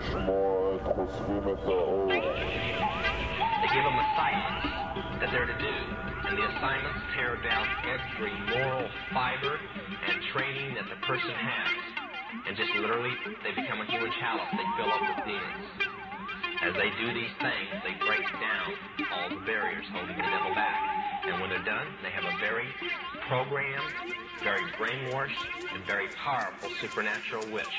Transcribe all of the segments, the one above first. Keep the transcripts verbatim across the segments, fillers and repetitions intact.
לשמוע את חושפים את האור. They give them assignments that they're to do, and the assignments tear down every moral fiber and training that the person has. And just literally, they become a human chalice. They fill up with demons. As they do these things, they break down all the barriers holding the devil back. And when they're done, they have a very programmed, very brainwashed, and very powerful supernatural witch.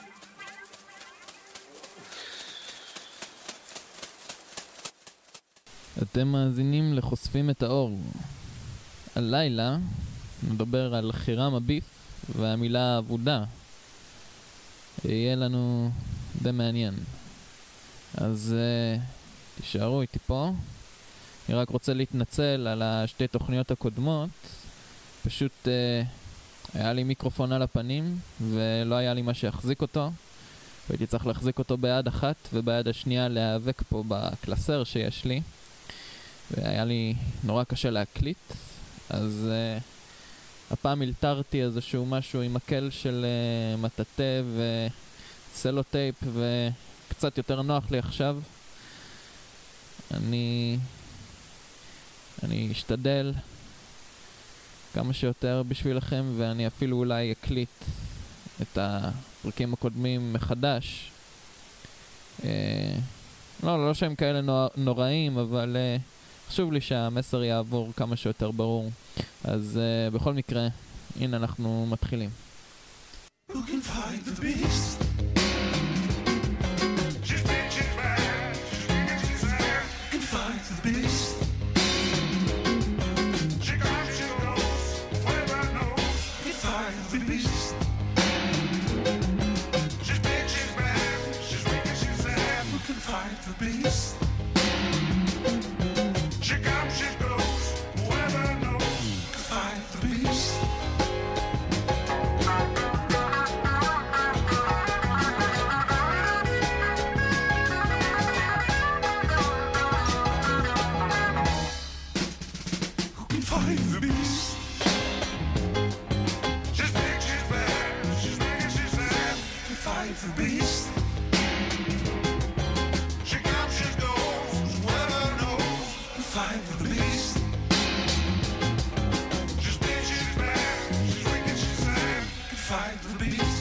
אתם מאזינים לחושפים את האור. הלילה נדבר על חירם אביב והמילה עבודה. יהיה לנו די מעניין. אז uh, תישארו איתי פה. אני רק רוצה להתנצל על השתי תוכניות הקודמות. פשוט uh, היה לי מיקרופון על הפנים ולא היה לי מה שיחזיק אותו. והייתי צריך להחזיק אותו ביד אחת וביד השנייה להיאבק פה בקלסר שיש לי. והיה לי נורא קשה להקליט. אז uh, הפעם הלתרתי איזשהו משהו עם מקל של uh, מטאטא וסלוטייפ וקצת יותר נוח לי עכשיו. אני אני אשתדל כמה שיותר בשבילכם, ואני אפילו אולי אקליט את הפרקים הקודמים מחדש. אה, לא, לא שהם כאלה נור, נוראים, אבל אה, חשוב לי שהמסר יעבור כמה שיותר ברור. אז אה, בכל מקרה, הנה אנחנו מתחילים. Who can fight the beast? She's big, she's bad, she's big and she's sad. Who can fight the beast? She comes, she goes, whatever knows. Who can fight the beast? She's big, she's bad, she's weak and she's sad. Who can fight the beast? She comes, she goes, whoever knows. Who can fight the beast? Fight the beast. She's big, she's bad, she's big and she's sad. Fight the beast. She comes, she goes, whoever knows. Fight the beast. She's big, she's bad, she's weak and she's sad. Fight the beast.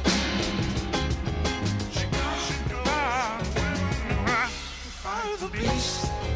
She comes, she goes, whoever knows. Fight the beast.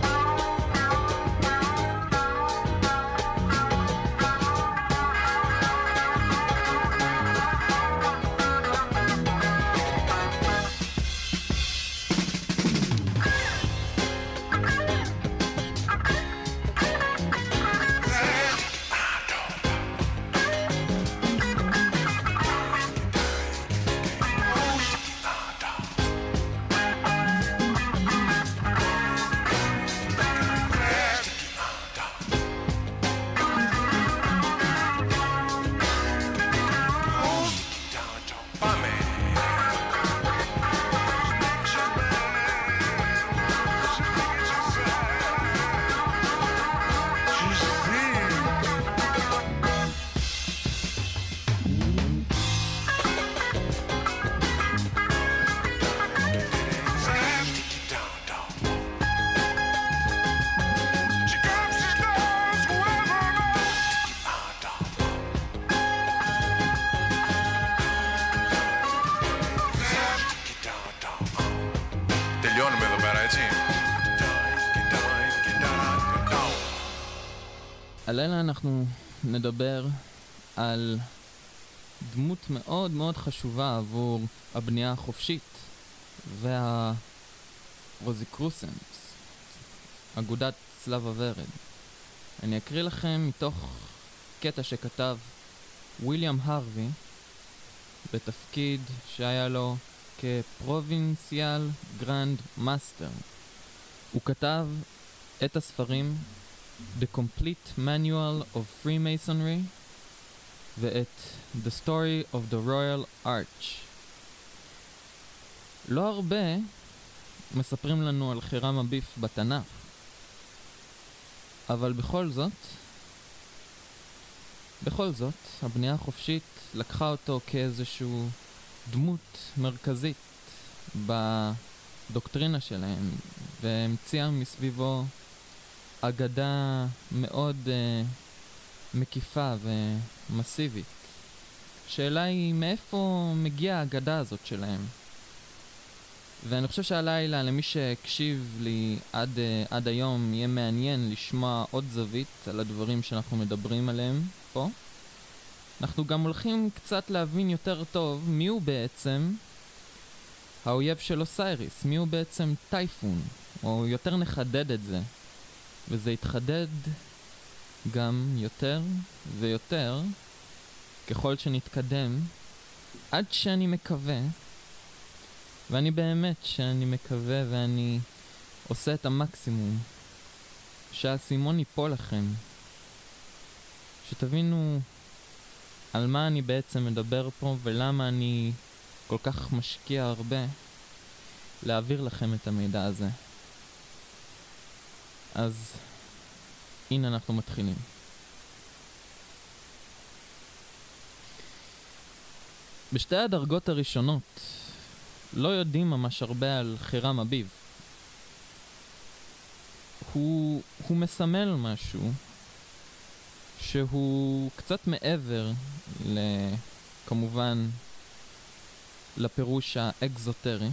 הלילה אנחנו נדבר על דמות מאוד מאוד חשובה עבור הבנייה החופשית והרוזיקרוסנס, אגודת צלב הוורד. אני אקריא לכם מתוך קטע שכתב וויליאם הרווי בתפקיד שהיה לו כפרובינציאל גרנד מאסטר. הוא כתב את הספרים The Complete Manual of Freemasonry ואת The Story of the Royal Arch. לא הרבה מספרים לנו על חירם אביב בתנ"ך, אבל בכל זאת, בכל זאת, הבנייה החופשית לקחה אותו כאיזשהו דמות מרכזית בדוקטרינה שלהם, והמציאה מסביבו אגדה מאוד uh, מקיפה ומסיבית. השאלה היא מאיפה מגיעה האגדה הזאת שלהם. ואני חושב שהלילה, למי שהקשיב לי עד, uh, עד היום, יהיה מעניין לשמוע עוד זווית על הדברים שאנחנו מדברים עליהם פה. אנחנו גם הולכים קצת להבין יותר טוב מי הוא בעצם האויב של אוסייריס, מי הוא בעצם טייפון, או יותר נחדד את זה. וזה יתחדד גם יותר ויותר ככל שנתקדם, עד שאני מקווה, ואני באמת שאני מקווה ואני עושה את המקסימום, שהאסימון ייפול לכם, שתבינו על מה אני בעצם מדבר פה ולמה אני כל כך משקיע הרבה להעביר לכם את המידע הזה. אז הנה אנחנו מתחילים. בשתי הדרגות הראשונות לא יודעים ממש הרבה על חירם אביב. הוא, הוא מסמל משהו שהוא קצת מעבר ל... כמובן לפירוש האקזוטרי,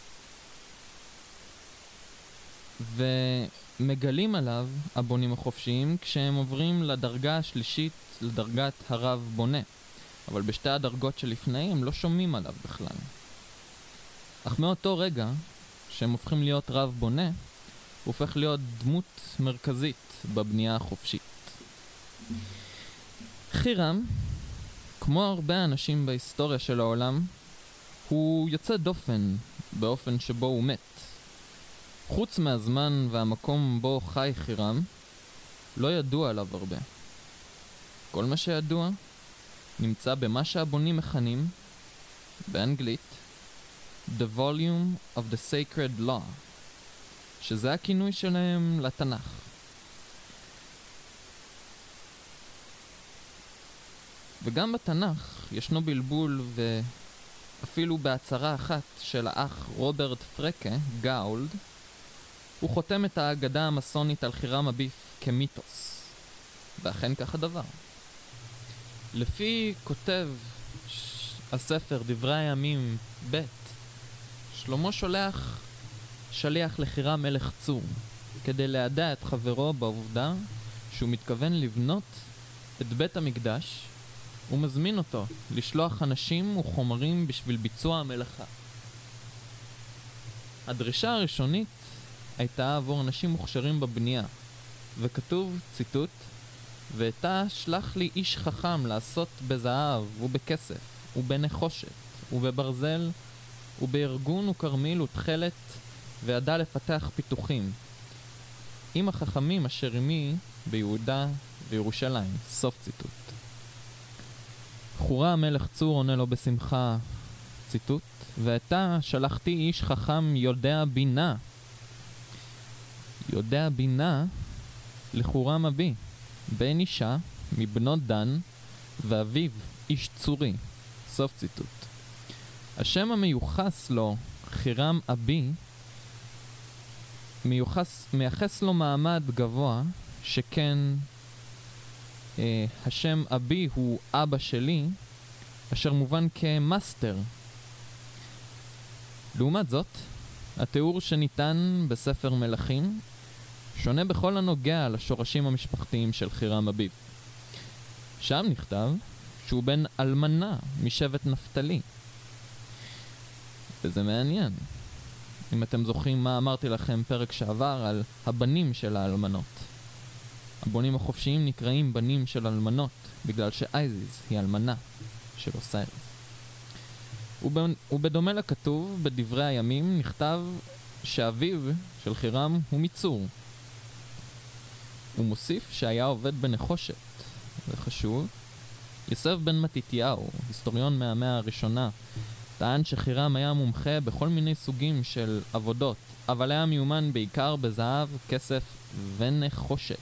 ומגלים עליו הבונים החופשיים כשהם עוברים לדרגה השלישית, לדרגת הרב בונה. אבל בשתי הדרגות שלפני הם לא שומעים עליו בכלל. אך מאותו רגע שהם הופכים להיות רב בונה, הוא הופך להיות דמות מרכזית בבנייה החופשית. חירם, כמו הרבה אנשים בהיסטוריה של העולם, הוא יוצא דופן באופן שבו הוא מת. חוץ מהזמן והמקום בו חי חירם, לא ידוע עליו הרבה. כל מה שידוע נמצא במה שהבונים מכנים, באנגלית, The Volume of the Sacred Law, שזה הכינוי שלהם לתנ"ך. וגם בתנ"ך ישנו בלבול, ואפילו בהצהרה אחת של האח רוברט פרקה, גאולד, הוא חותם את האגדה המסונית על חירם אביב כמיתוס. ואכן כך הדבר. לפי כותב הספר דברי הימים ב', שלמה שולח שליח לחירם מלך צור כדי להדע את חברו בעובדה שהוא מתכוון לבנות את בית המקדש, ומזמין אותו לשלוח אנשים וחומרים בשביל ביצוע המלאכה. הדרישה הראשונית הייתה עבור אנשים מוכשרים בבנייה, וכתוב, ציטוט, ואתה שלח לי איש חכם לעשות בזהב ובכסף ובנחושת ובברזל ובארגון וכרמיל ותכלת, וידע לפתח פיתוחים עם החכמים אשר עמי ביהודה וירושלים. סוף ציטוט. חורה המלך צור עונה לו בשמחה, ציטוט, ואתה שלחתי איש חכם יודע בינה, יודע בינה לחורם אבי, בן אישה מבנות דן, ואביו איש צורי. סוף ציטוט. השם המיוחס לו, חירם אבי, מיוחס, מייחס לו מעמד גבוה, שכן אה, השם אבי הוא אבא שלי, אשר מובן כמאסטר. לעומת זאת, התיאור שניתן בספר מלכים שונה בכל הנוגע לשורשים המשפחתיים של חירם אביב. שם נכתב שהוא בן אלמנה משבט נפתלי. וזה מעניין. אם אתם זוכרים מה אמרתי לכם פרק שעבר על הבנים של האלמנות. הבונים החופשיים נקראים בנים של אלמנות, בגלל שאייזיס היא אלמנה של אוסייריס. ובדומה לכתוב בדברי הימים נכתב שאביו של חירם הוא מצור. הוא מוסיף שהיה עובד בנחושת. זה חשוב. יוסף בן מתתיהו, היסטוריון מהמאה הראשונה, טען שחירם היה מומחה בכל מיני סוגים של עבודות, אבל היה מיומן בעיקר בזהב, כסף ונחושת.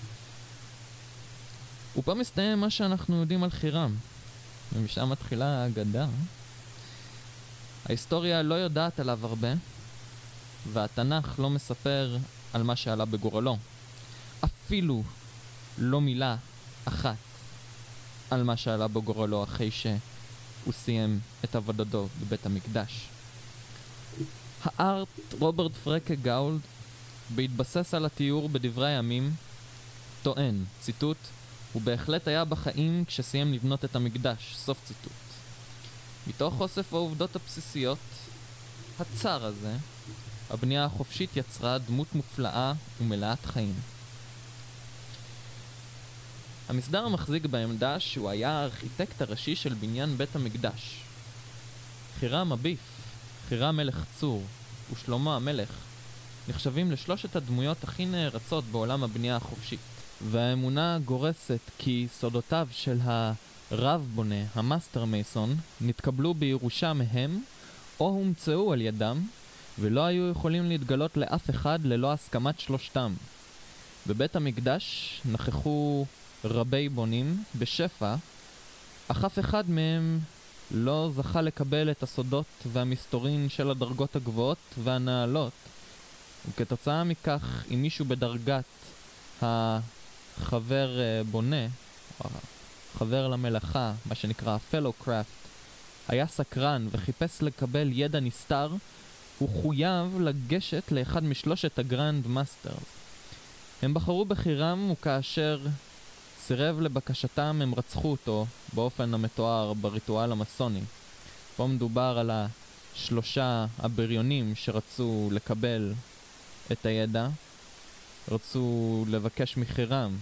ופה מסתיים מה שאנחנו יודעים על חירם, ומשם מתחילה האגדה. ההיסטוריה לא יודעת עליו הרבה, והתנ"ך לא מספר על מה שעלה בגורלו. אפילו לא מילה אחת על מה שעלה בגורלו אחרי שהוא סיים את עבודתו בבית המקדש. הארט רוברט פרקה גאולד, בהתבסס על התיאור בדברי הימים, טוען, ציטוט, הוא בהחלט היה בחיים כשסיים לבנות את המקדש, סוף ציטוט. מתוך אוסף העובדות הבסיסיות, הצר הזה, הבנייה החופשית יצרה דמות מופלאה ומלאת חיים. המסדר מחזיק בעמדה שהוא היה הארכיטקט הראשי של בניין בית המקדש. חירם אביף, חירם מלך צור ושלמה המלך נחשבים לשלושת הדמויות הכי נערצות בעולם הבנייה החופשית. והאמונה גורסת כי סודותיו של הרב בונה, המאסטר מייסון, נתקבלו בירושה מהם או הומצאו על ידם ולא היו יכולים להתגלות לאף אחד ללא הסכמת שלושתם. בבית המקדש נכחו רבי בונים בשפע, אך אף אחד מהם לא זכה לקבל את הסודות והמסתורין של הדרגות הגבוהות והנעלות, וכתוצאה מכך אם מישהו בדרגת החבר בונה, חבר למלאכה, מה שנקרא fellow craft, היה סקרן וחיפש לקבל ידע נסתר, הוא חויב לגשת לאחד משלושת הגרנד מאסטרס. הם בחרו בחירם וכאשר סירב לבקשתם הם רצחו אותו באופן המתואר בריטואל המסוני. פה מדובר על השלושה הבריונים שרצו לקבל את הידע, רצו לבקש מחירם.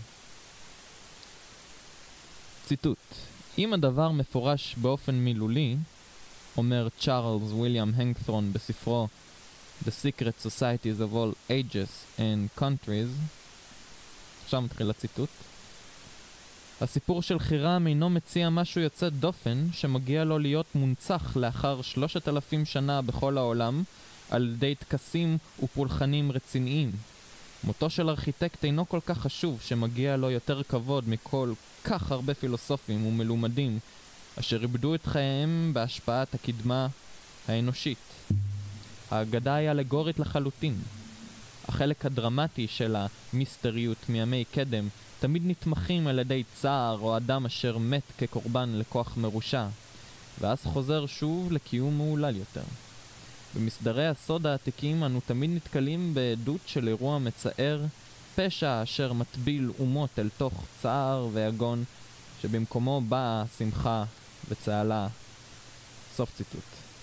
ציטוט: אם הדבר מפורש באופן מילולי, אומר צ'ארלס וויליאם הנקת'רון בספרו The Secret Societies of All Ages and Countries, עכשיו מתחיל הציטוט, הסיפור של חירם אינו מציע משהו יוצא דופן שמגיע לו להיות מונצח לאחר שלושת אלפים שנה בכל העולם על ידי טקסים ופולחנים רציניים. מותו של ארכיטקט אינו כל כך חשוב שמגיע לו יותר כבוד מכל כך הרבה פילוסופים ומלומדים אשר איבדו את חייהם בהשפעת הקדמה האנושית. האגדה היא אלגורית לחלוטין. החלק הדרמטי של המיסטריות מימי קדם תמיד נתמכים על ידי צער או אדם אשר מת כקורבן לכוח מרושע, ואז חוזר שוב לקיום מעולל יותר. במסדרי הסוד העתיקים אנו תמיד נתקלים בעדות של אירוע מצער, פשע אשר מטביל אומות אל תוך צער ויגון, שבמקומו באה שמחה וצהלה. סוף ציטוט.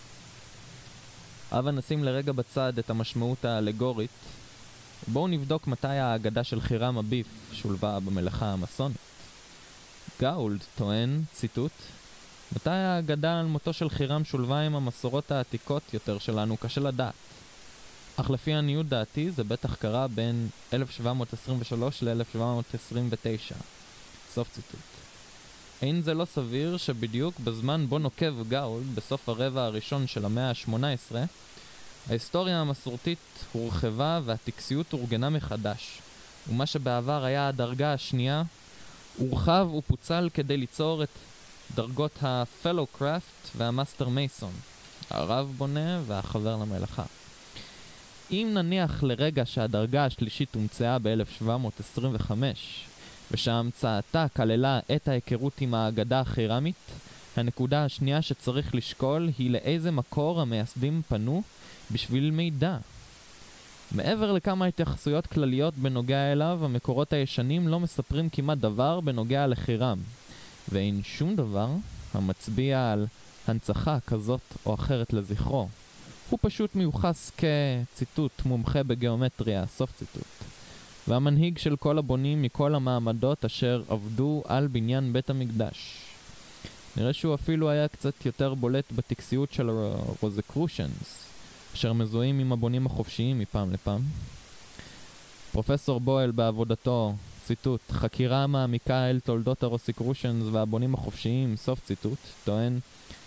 אבל נשים לרגע בצד את המשמעות האלגורית. בואו נבדוק מתי האגדה של חירם אביף שולבה במלאכה המסונית. גאולד טוען, ציטוט, מתי האגדה על מותו של חירם שולבה עם המסורות העתיקות יותר שלנו קשה לדעת. אך לפי עניות דעתי זה בטח קרה בין אלף שבע מאות עשרים ושלוש ל-אלף שבע מאות עשרים ותשע. סוף ציטוט. אין זה לא סביר שבדיוק בזמן בו נוקב גאולד בסוף הרבע הראשון של המאה ה-שמונה עשרה, ההיסטוריה המסורתית הורחבה והטקסיות אורגנה מחדש, ומה שבעבר היה הדרגה השנייה הורחב ופוצל כדי ליצור את דרגות ה-fellow craft וה-master mason, הרב בונה והחבר למלאכה. אם נניח לרגע שהדרגה השלישית הומצאה ב-אלף שבע מאות עשרים וחמש ושהמצאתה כללה את ההיכרות עם האגדה החירמית, הנקודה השנייה שצריך לשקול היא לאיזה מקור המייסדים פנו בשביל מידע. מעבר לכמה התייחסויות כלליות בנוגע אליו, המקורות הישנים לא מספרים כמעט דבר בנוגע לחירם, ואין שום דבר המצביע על הנצחה כזאת או אחרת לזכרו. הוא פשוט מיוחס כציטוט מומחה בגיאומטריה, סוף ציטוט. והמנהיג של כל הבונים מכל המעמדות אשר עבדו על בניין בית המקדש. נראה שהוא אפילו היה קצת יותר בולט בטקסיות של הרוזקרושנס, אשר מזוהים עם הבונים החופשיים מפעם לפעם. פרופסור בויל בעבודתו, ציטוט, חקירה מעמיקה אל תולדות הרוזקרושנס והבונים החופשיים, סוף ציטוט, טוען,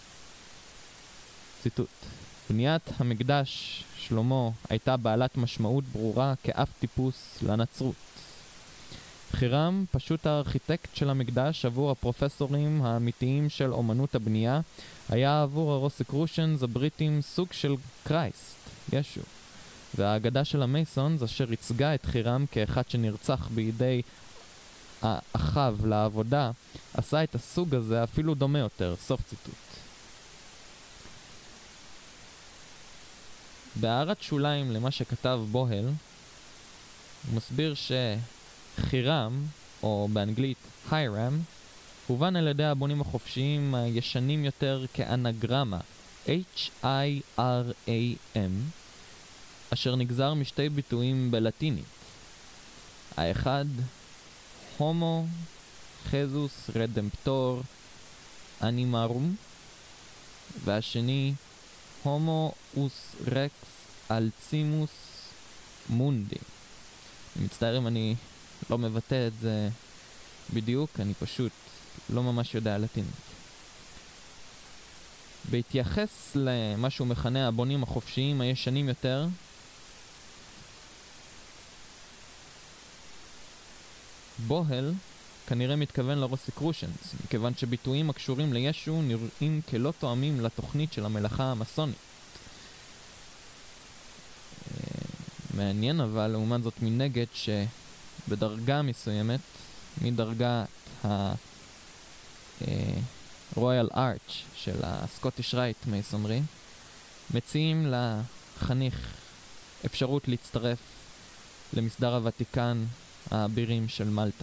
ציטוט, בניית המקדש שלמה הייתה בעלת משמעות ברורה כאף טיפוס לנצרות. חירם, פשוט הארכיטקט של המקדש עבור הפרופסורים האמיתיים של אומנות הבנייה, היה עבור הרוסיקרושנס הבריטים סוג של קרייסט, ישו. והאגדה של המייסונס אשר ייצגה את חירם כאחד שנרצח בידי האחיו לעבודה, עשה את הסוג הזה אפילו דומה יותר, סוף ציטוט. בהערת שוליים למה שכתב בוהל, הוא מסביר שחירם, או באנגלית היירם, הובן על ידי הבונים החופשיים הישנים יותר כאנגרמה, H I R A M, אשר נגזר משתי ביטויים בלטינית. האחד, הומו חזוס רדמפטור אנימרום, והשני, הומו אוס רקס אלצימוס מונדי. אני מצטער אם אני לא מבטא את זה בדיוק, אני פשוט לא ממש יודע לטינית. בהתייחס למה שהוא מכנה הבונים החופשיים הישנים יותר, בוהל כנראה מתכוון לרוסיקרושנס, מכיוון שביטויים הקשורים לישו נראים כלא תואמים לתוכנית של המלאכה המסונית. מעניין אבל, לעומת זאת מנגד, שבדרגה מסוימת, מדרגת ה-Royal Arch של הסקוטיש רייט מייסונרי, מציעים לחניך אפשרות להצטרף למסדר הוותיקן האבירים של מלטה.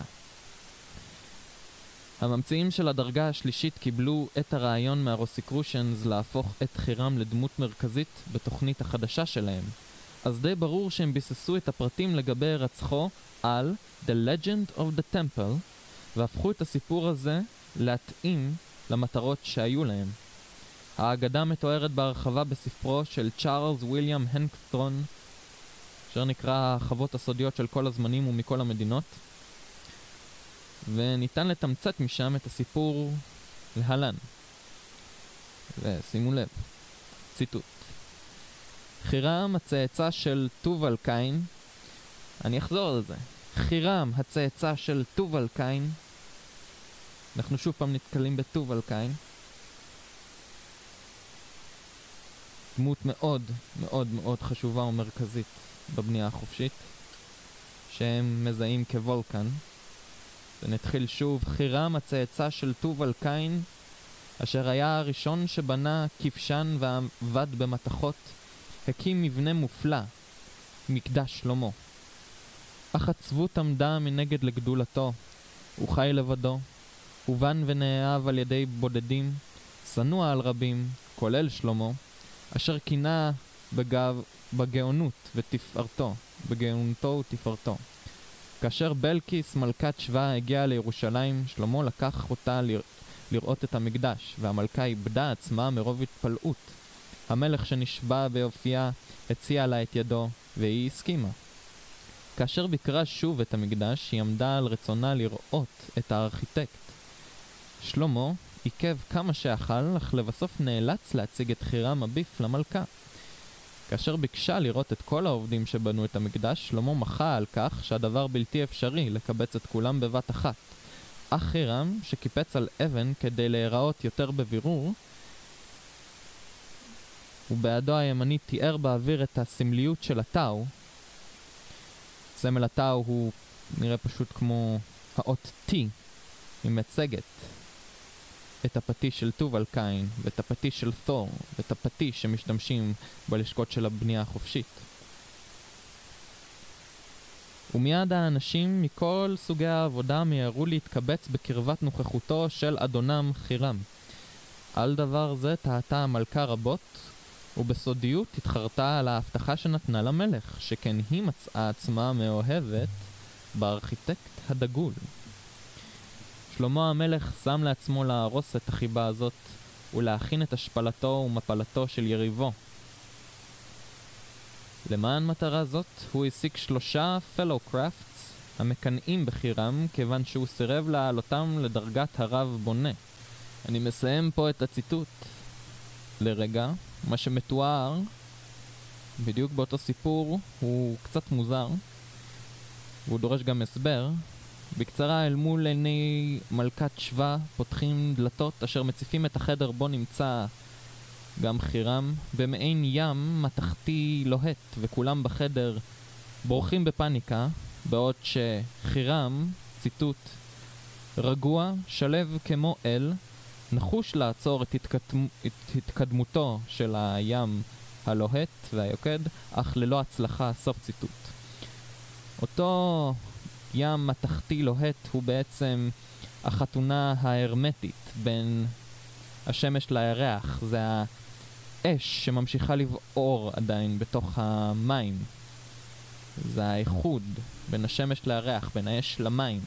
הממציאים של הדרגה השלישית קיבלו את הרעיון מהרוסיקרושנס להפוך את חירם לדמות מרכזית בתוכנית החדשה שלהם. אז די ברור שהם ביססו את הפרטים לגבי רצחו על The Legend of the Temple, והפכו את הסיפור הזה להתאים למטרות שהיו להם. האגדה מתוארת בהרחבה בספרו של צ'ארלס וויליאם הנקסטרון, אשר נקרא החוות הסודיות של כל הזמנים ומכל המדינות, וניתן לתמצת משם את הסיפור להלן. ושימו לב, ציטוט: חירם הצאצא של טובל קין, אני אחזור על זה, חירם הצאצא של טובל קין, אנחנו שוב פעם נתקלים בטובל קין, דמות מאוד מאוד מאוד חשובה ומרכזית בבנייה החופשית, שהם מזהים כוולקן. ונתחיל שוב: חירם הצאצא של טובל קין, אשר היה הראשון שבנה כבשן ועבד במתכות, הקים מבנה מופלא, מקדש שלמה. אך עצבות עמדה מנגד לגדולתו, הוא חי לבדו, הובן ונאהב על ידי בודדים, שנוע על רבים, כולל שלמה, אשר כינה בגב, בגאונות ותפארתו, בגאונותו ותפארתו. כאשר בלקיס מלכת שבא הגיעה לירושלים, שלמה לקח אותה לרא... לראות את המקדש, והמלכה איבדה עצמה מרוב התפלאות. המלך שנשבע ביופייה הציע לה את ידו, והיא הסכימה. כאשר ביקרה שוב את המקדש, היא עמדה על רצונה לראות את הארכיטקט. שלמה עיכב כמה שאכל, אך לבסוף נאלץ להציג את חירם אביף למלכה. כאשר ביקשה לראות את כל העובדים שבנו את המקדש, שלמה מחה על כך שהדבר בלתי אפשרי לקבץ את כולם בבת אחת. אך חירם, שקיפץ על אבן כדי להיראות יותר בבירור, ובידו הימני תיאר באוויר את הסמליות של הטאו. סמל הטאו הוא נראה פשוט כמו האות T, היא מצגת את הפטיש של טובל קין, ואת הפטיש של תור, ואת הפטיש שמשתמשים בלשכות של הבנייה החופשית. ומיד האנשים מכל סוגי העבודה מיהרו להתקבץ בקרבת נוכחותו של אדונם חירם. על דבר זה טעתה המלכה רבות, ובסודיות התחרתה על ההבטחה שנתנה למלך, שכן היא מצאה עצמה מאוהבת בארכיטקט הדגול. שלמה המלך שם לעצמו להרוס את החיבה הזאת ולהכין את השפלתו ומפלתו של יריבו. למען מטרה זאת הוא השיג שלושה פלו קראפטס המקנאים בחירם, כיוון שהוא סירב להעלותם לדרגת הרב בונה. אני מסיים פה את הציטוט לרגע. מה שמתואר בדיוק באותו סיפור הוא קצת מוזר, והוא דורש גם הסבר, בקצרה, אל מול עיני מלכת שבא פותחים דלתות אשר מציפים את החדר בו נמצא גם חירם במעין ים מתכתי לוהט, וכולם בחדר בורחים בפניקה, בעוד שחירם, ציטוט, רגוע, שלב כמו אל, נחוש לעצור את, התקדמ... את התקדמותו של הים הלוהט והיוקד, אך ללא הצלחה, סוף ציטוט. אותו ים מתכתי לוהט הוא בעצם החתונה ההרמטית בין השמש לירח. זה האש שממשיכה לבעור עדיין בתוך המים. זה האיחוד בין השמש לירח, בין האש למים.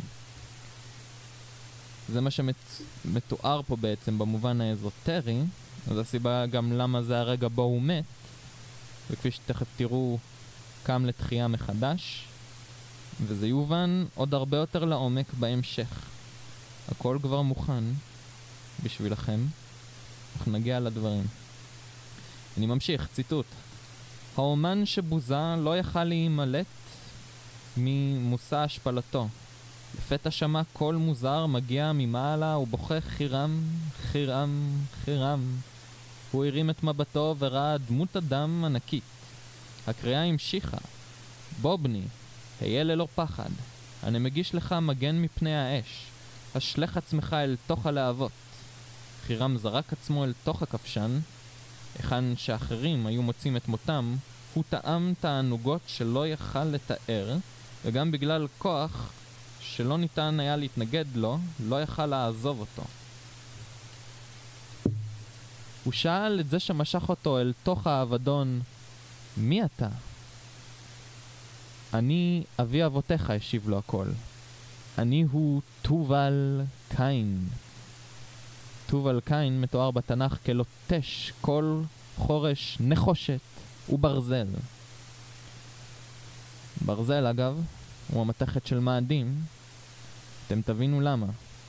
זה מה שמתואר פה בעצם במובן האזוטרי. זו הסיבה גם למה זה הרגע בו הוא מת, וכפי שתכף תראו קם לתחייה מחדש, וזה יובן עוד הרבה יותר לעומק בהמשך. הכל כבר מוכן בשבילכם, אנחנו נגיע לדברים. אני ממשיך, ציטוט: האומן שבוזה לא יכל להימלט ממושא השפלתו. לפתע שמע קול מוזר מגיע ממעלה ובוכה חירם, חירם, חירם. הוא הרים את מבטו וראה דמות אדם ענקית. הקריאה המשיכה: בובני, היה ללא פחד. אני מגיש לך מגן מפני האש. השלך עצמך אל תוך הלהבות. חירם זרק עצמו אל תוך הכבשן. היכן שאחרים היו מוצאים את מותם, הוא טעם תענוגות שלא יכל לתאר, וגם בגלל כוח שלא ניתן היה להתנגד לו, לא יכל לעזוב אותו. הוא שאל את זה שמשך אותו אל תוך האבדון, מי אתה? אני אבי אבותיך, השיב לו הכל. אני הוא תובל קין. תובל קין מתואר בתנ"ך כלוטש כל חורש נחושת וברזל. ברזל, אגב, הוא המתכת של מאדים. אתם תבינו למה.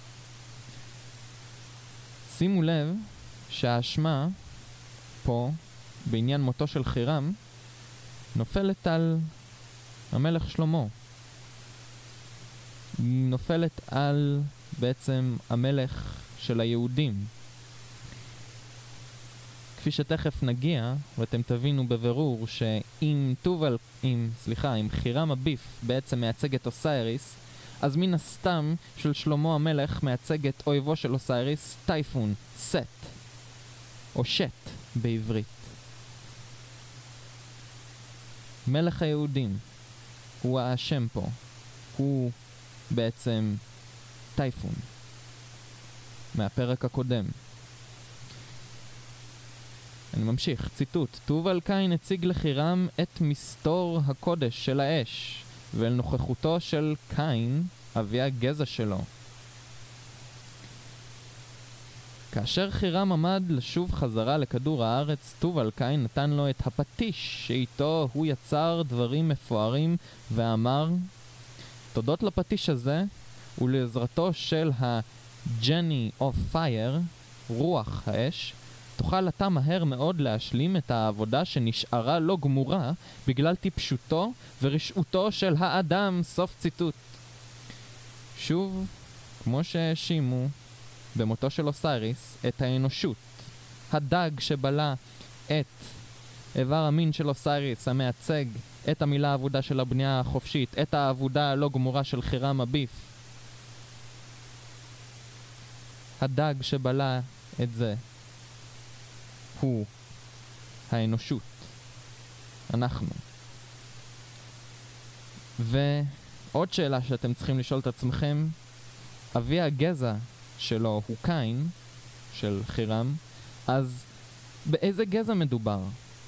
שימו לב שהאשמה פה בעניין מותו של חירם נופלת על המלך שלמה. היא נופלת על בעצם המלך של היהודים. כפי שתכף נגיע, ואתם תבינו בבירור שאם תובל, אם, סליחה, אם חירם הביף בעצם מייצג את אוסייריס, אז מן הסתם של שלמה המלך מייצג את אויבו של אוסייריס, טייפון, סט, או שט בעברית. מלך היהודים הוא האשם פה. הוא בעצם טייפון מהפרק הקודם. אני ממשיך, ציטוט: תובל קין הציג לחירם את מסתור הקודש של האש, ואל נוכחותו של קין, אבי הגזע שלו. כאשר חירם עמד לשוב חזרה לכדור הארץ, תובל קין נתן לו את הפטיש שאיתו הוא יצר דברים מפוארים ואמר, תודות לפטיש הזה ולעזרתו של ה-Genie of Fire, רוח האש, תוכל אתה מהר מאוד להשלים את העבודה שנשארה לא גמורה בגלל טיפשותו ורשעותו של האדם. סוף ציטוט. שוב, כמו שהאשימו במותו של אוסייריס את האנושות, הדג שבלה את איבר המין של אוסייריס המייצג את המילה העבודה של הבנייה החופשית, את העבודה הלא גמורה של חירם הביף, הדג שבלה את זה הוא האנושות, אנחנו. ועוד שאלה שאתם צריכים לשאול את עצמכם, אבי הגזע שלו הוא קין, של חירם, אז באיזה גזע מדובר?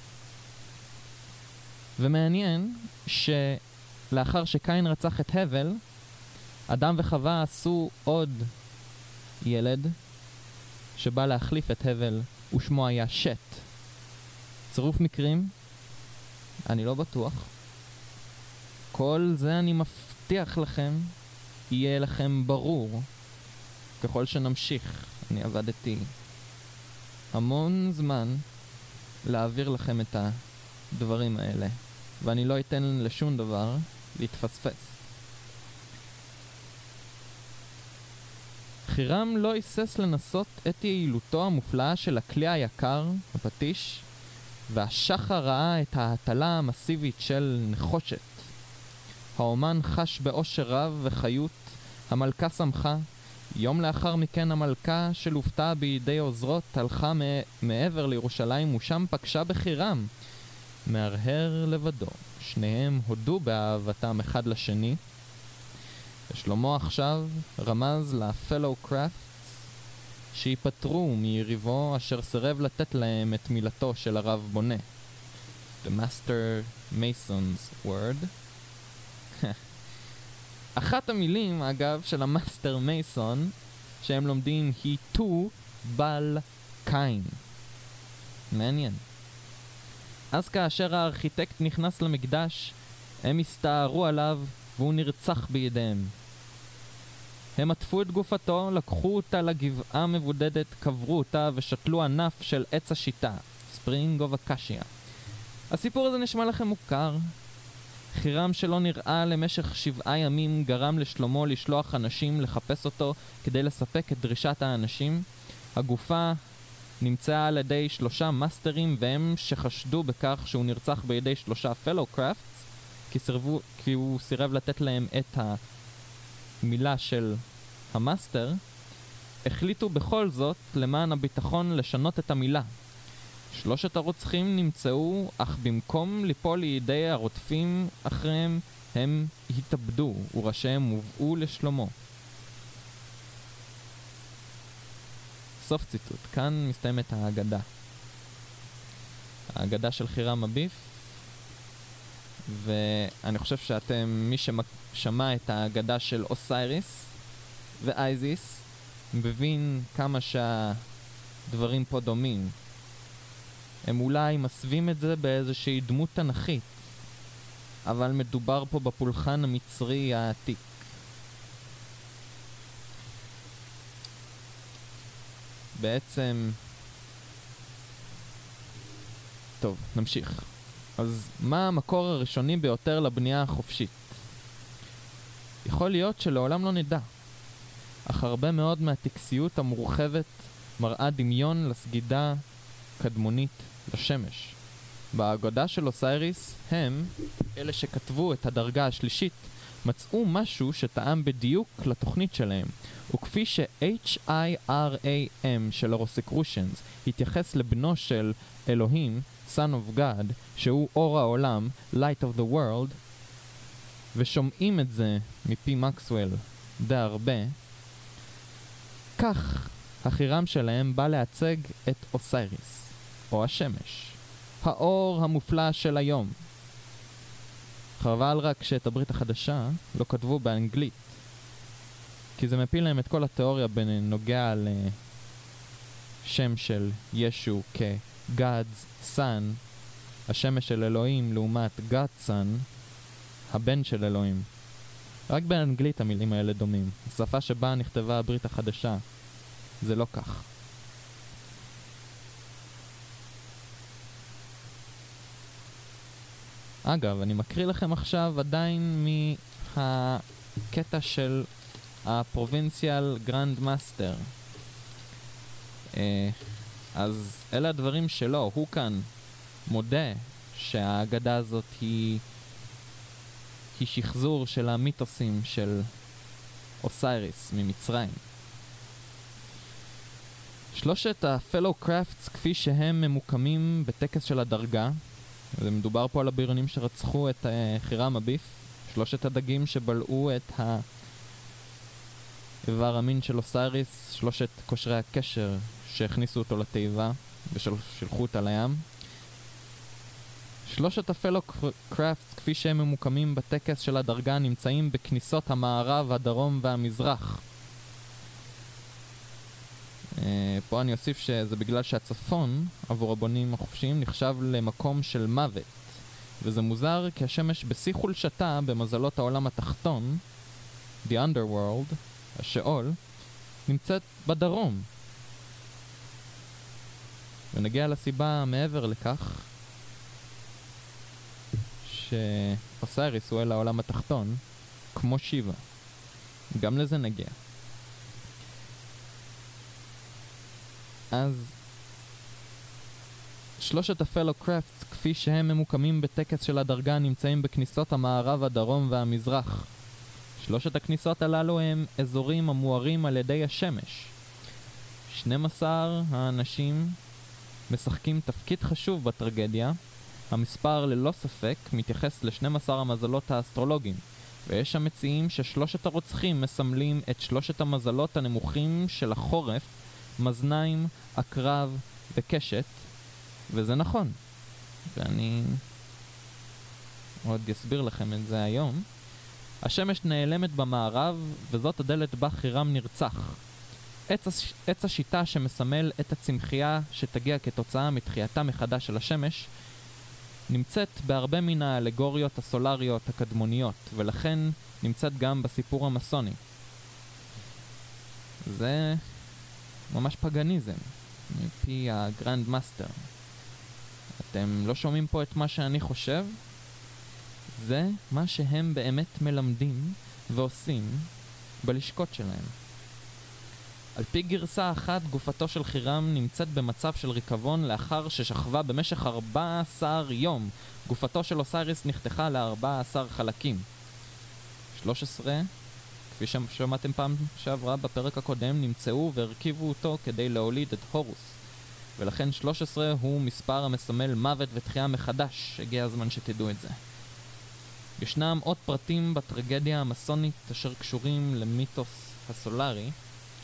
ומעניין שלאחר שקין רצח את הבל, אדם וחווה עשו עוד ילד שבא להחליף את הבל, ושמו היה שט. צירוף מקרים? אני לא בטוח. כל זה אני מבטיח לכם יהיה לכם ברור ככל שנמשיך. אני עבדתי המון זמן להעביר לכם את הדברים האלה, ואני לא אתן לשום דבר להתפספס. חירם לא היסס לנסות את יעילותו המופלאה של הכלי היקר, הפטיש, והשחר ראה את ההטלה המסיבית של נחושת. האומן חש באושר רב וחיות, המלכה שמחה. יום לאחר מכן המלכה שלופתה בידי עוזרות הלכה מעבר לירושלים ושם פגשה בחירם, מהרהר לבדו. שניהם הודו באהבתם אחד לשני. ושלמה עכשיו רמז לפלו קראפטס שיפטרו מיריבו אשר סירב לתת להם את מילתו של הרב בונה. The Master Mason's word. אחת המילים, אגב, של המאסטר מייסון שהם לומדים היא טו בל קין. מעניין. אז כאשר הארכיטקט נכנס למקדש, הם הסתערו עליו והוא נרצח בידיהם. הם עטפו את גופתו, לקחו אותה לגבעה מבודדת, קברו אותה ושתלו ענף של עץ השיטה, ספרינג אוף אקשיה. הסיפור הזה נשמע לכם מוכר. חירם שלא נראה למשך שבעה ימים גרם לשלמה לשלוח אנשים לחפש אותו כדי לספק את דרישת האנשים. הגופה נמצאה על ידי שלושה מאסטרים והם שחשדו בכך שהוא נרצח בידי שלושה פלו קראפטס כי, סירבו, כי הוא סירב לתת להם את המילה של המאסטר. החליטו בכל זאת למען הביטחון לשנות את המילה. שלושת הרוצחים נמצאו, אך במקום ליפול לידי הרודפים אחריהם, הם התאבדו, וראשיהם הובאו לשלמה. סוף ציטוט. כאן מסתיימת ההגדה. ההגדה של חירם אביף, ואני חושב שאתם, מי ששמע את ההגדה של אוסייריס ואייזיס, מבין כמה שהדברים פה דומים. הם אולי מסווים את זה באיזושהי דמות תנכית, אבל מדובר פה בפולחן המצרי העתיק. בעצם... טוב, נמשיך. אז מה המקור הראשוני ביותר לבנייה החופשית? יכול להיות שלעולם לא נדע, אך הרבה מאוד מהטקסיות המורחבת מראה דמיון לסגידה קדמונית לשמש. בהגדה של אוסייריס הם, אלה שכתבו את הדרגה השלישית, מצאו משהו שטעם בדיוק לתוכנית שלהם, וכפי ש-H I R A M של הרוסיקרושיאנס התייחס לבנו של אלוהים, Son of God, שהוא אור העולם, Light of the World, ושומעים את זה מפי מקסוול די הרבה, כך החירם שלהם בא להצג את אוסייריס, או השמש, האור המופלא של היום. חבל רק שאת הברית החדשה לא כתבו באנגלית, כי זה מפיל להם את כל התיאוריה בנוגע לשם של ישו כ-God's Son, השמש של אלוהים לעומת God's Son, הבן של אלוהים. רק באנגלית המילים האלה דומים. השפה שבה נכתבה הברית החדשה זה לא כך. אגב, אני מקריא לכם עכשיו עדיין מהקטע של הפרובינציאל גרנד מאסטר. אז אלה הדברים שלו. הוא כאן מודה שהאגדה הזאת היא היא שחזור של המיתוסים של אוסייריס ממצרים. שלושת הפלו קראפטס כפי שהם ממוקמים בטקס של הדרגה, זה מדובר פה על הבריונים שרצחו את uh, חירם אביף, שלושת הדגים שבלעו את האיבר המין של אוסייריס, שלושת קושרי הקשר שהכניסו אותו לתיבה ושלחו אותה לים. שלושת הפלו קראפטס כפי שהם ממוקמים בטקס של הדרגה נמצאים בכניסות המערב, הדרום והמזרח. Uh, פה אני אוסיף שזה בגלל שהצפון עבור הבונים החופשיים נחשב למקום של מוות, וזה מוזר כי השמש בשיא חולשתה במזלות העולם התחתון, the underworld, השאול, נמצאת בדרום. ונגיע לסיבה מעבר לכך שאוסייריס הוא אל העולם התחתון כמו שיבה. גם לזה נגיע. אז שלושת הפלו קראפטס כפי שהם ממוקמים בטקס של הדרגה נמצאים בכניסות המערב, הדרום והמזרח. שלושת הכניסות הללו הם אזורים המוארים על ידי השמש. שנים עשר האנשים משחקים תפקיד חשוב בטרגדיה. המספר ללא ספק מתייחס ל-שנים עשר המזלות האסטרולוגיים, ויש המציעים ששלושת הרוצחים מסמלים את שלושת המזלות הנמוכים של החורף, מזניים, עקרב וקשת, וזה נכון. ואני עוד אסביר לכם את זה היום. השמש נעלמת במערב, וזאת הדלת בה חירם נרצח. עץ, הש... עץ השיטה שמסמל את הצמחייה שתגיע כתוצאה מתחייתה מחדש של השמש, נמצאת בהרבה מן האלגוריות הסולריות הקדמוניות, ולכן נמצאת גם בסיפור המסוני. זה ממש פגניזם, מפי הגרנד מאסטר. אתם לא שומעים פה את מה שאני חושב? זה מה שהם באמת מלמדים ועושים בלשכות שלהם. על פי גרסה אחת, גופתו של חירם נמצאת במצב של ריקבון לאחר ששכבה במשך ארבעה עשר יום. גופתו של אוסייריס נחתכה ל-ארבעה עשר חלקים. שלוש עשרה, כפי ששמעתם פעם שעברה בפרק הקודם, נמצאו והרכיבו אותו כדי להוליד את הורוס. ולכן שלוש עשרה הוא מספר המסמל מוות ותחייה מחדש. הגיע הזמן שתדעו את זה. ישנם עוד פרטים בטרגדיה המסונית אשר קשורים למיתוס הסולרי.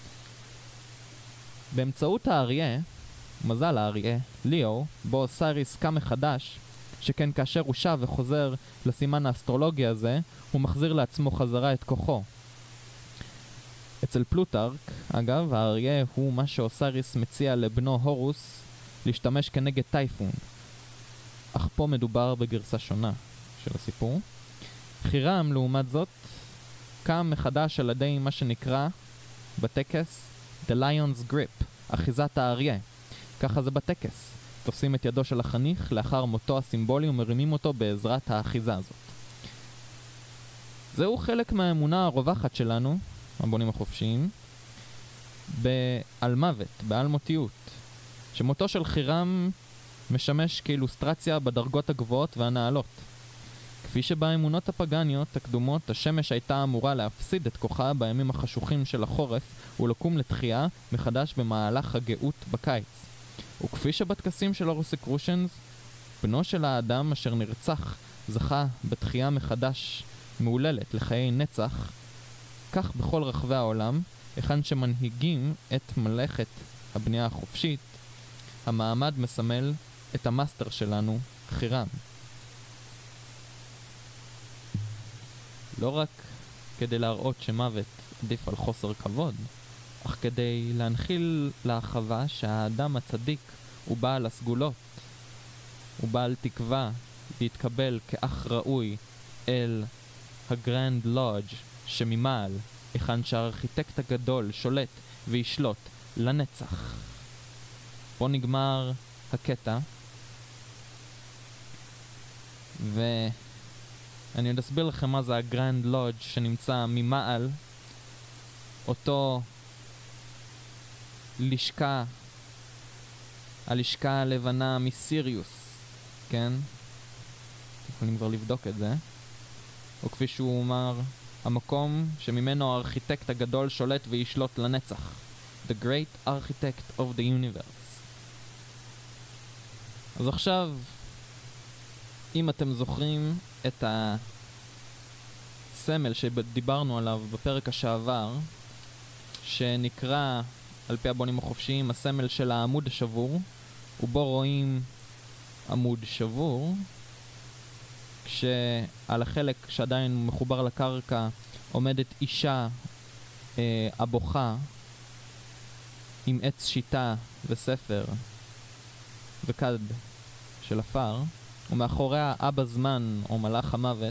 באמצעות האריה, מזל האריה, ליאו, בו אוסייריס קם מחדש, שכן כאשר הוא שב וחוזר לסימן האסטרולוגי הזה, הוא מחזיר לעצמו חזרה את כוחו. אצל פלוטרק, אגב, האריה הוא מה שאוסייריס מציע לבנו הורוס להשתמש כנגד טייפון. אך פה מדובר בגרסה שונה של הסיפור. חירם, לעומת זאת, קם מחדש על ידי מה שנקרא בטקס The Lion's Grip, אחיזת האריה. ככה זה בטקס. תופסים את ידו של החניך לאחר מותו הסימבולי ומרימים אותו בעזרת האחיזה הזאת. זהו חלק מהאמונה הרווחת שלנו, הבונים החופשיים, בעל מוות, בעל מותיות, שמותו של חירם משמש כאילוסטרציה בדרגות הגבוהות והנעלות. כפי שבאמונות הפגניות הקדומות, השמש הייתה אמורה להפסיד את כוחה בימים החשוכים של החורף ולקום לתחייה מחדש במהלך הגאות בקיץ. וכפי שבטקסים של הורוסיקרושנס, בנו של האדם אשר נרצח זכה בתחייה מחדש מעוללת לחיי נצח, כך בכל רחבי העולם, היכן שמנהיגים את מלאכת הבנייה החופשית, המעמד מסמל את המאסטר שלנו, חירם. לא רק כדי להראות שמוות עדיף על חוסר כבוד, אך כדי להנחיל להחווה שהאדם הצדיק הוא בעל הסגולות, הוא בעל תקווה להתקבל כאח ראוי אל הגרנד לודג' שממעל, היכן שהארכיטקט הגדול שולט וישלוט לנצח. פה נגמר הקטע, ואני עוד אסביר לכם מה זה הגרנד לודג' שנמצא ממעל, אותו לשכה, הלשכה הלבנה מסיריוס, כן? יכולים כבר לבדוק את זה. או כפי שהוא אומר, המקום שממנו הארכיטקט הגדול שולט וישלוט לנצח. The great architect of the universe. אז עכשיו, אם אתם זוכרים את הסמל שדיברנו עליו בפרק השעבר, שנקרא, על פי הבונים החופשיים, הסמל של העמוד השבור, ובו רואים עמוד שבור, כשעל החלק שעדיין מחובר לקרקע עומדת אישה אה, הבוכה עם עץ שיטה וספר וכד של אפר, ומאחוריה אבא זמן או מלאך המוות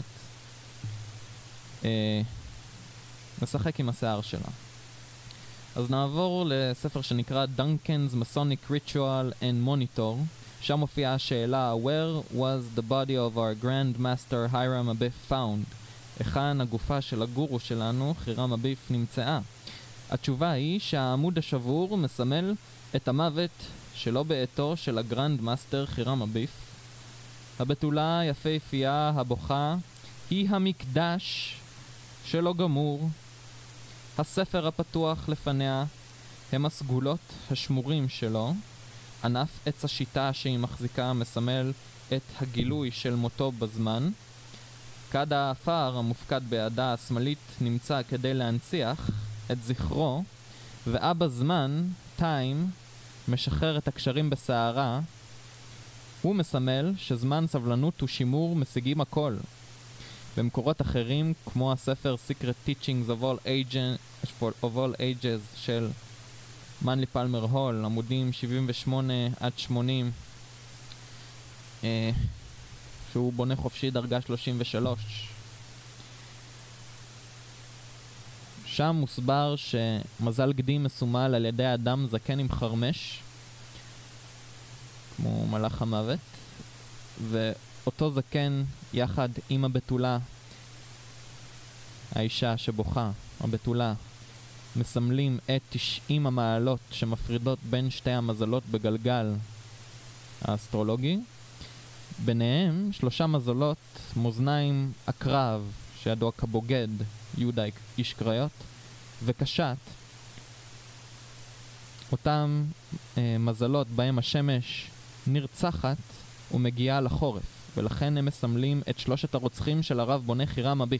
אה, משחק עם השיער שלה. אז נעבור לספר שנקרא Duncan's Masonic Ritual and Monitor. שם מופיעה השאלה Where was the body of our Grand Master Hiram Abiff found? היכן הגופה של הגורו שלנו, חירם אביף, נמצאה? התשובה היא שהעמוד השבור מסמל את המוות שלא בעתו של הגרנד מאסטר חירם אביף. הבתולה היפהפייה הבוכה היא המקדש שלא גמור. הספר הפתוח לפניה הם הסגולות השמורים שלו. ענף עץ השיטה שהיא מחזיקה מסמל את הגילוי של מותו בזמן. כד האפר המופקד בידה השמאלית נמצא כדי להנציח את זכרו, ואבא זמן, טיים, משחרר את הקשרים בסערה. הוא מסמל שזמן סבלנות ושימור משיגים הכל. במקורות אחרים, כמו הספר Secret Teachings of All Ages, of All Ages של מנלי פלמר הול, עמודים שבעים ושמונה עד שמונים, אה, שהוא בונה חופשי דרגה שלושים ושלוש. שם מוסבר שמזל גדי מסומל על ידי אדם זקן עם חרמש, כמו מלאך המוות, ואותו זקן יחד עם הבתולה, האישה שבוכה, הבתולה, מסמלים את תשעים המעלות שמפרידות בין שתי המזלות בגלגל האסטרולוגי. ביניהם שלושה מזלות, מאזניים הקרב שידוע כבוגד, יהודה איש קריות, וקשת, אותם אה, מזלות בהם השמש נרצחת ומגיעה לחורף, ולכן הם מסמלים את שלושת הרוצחים של הרב בונה חירם אביף.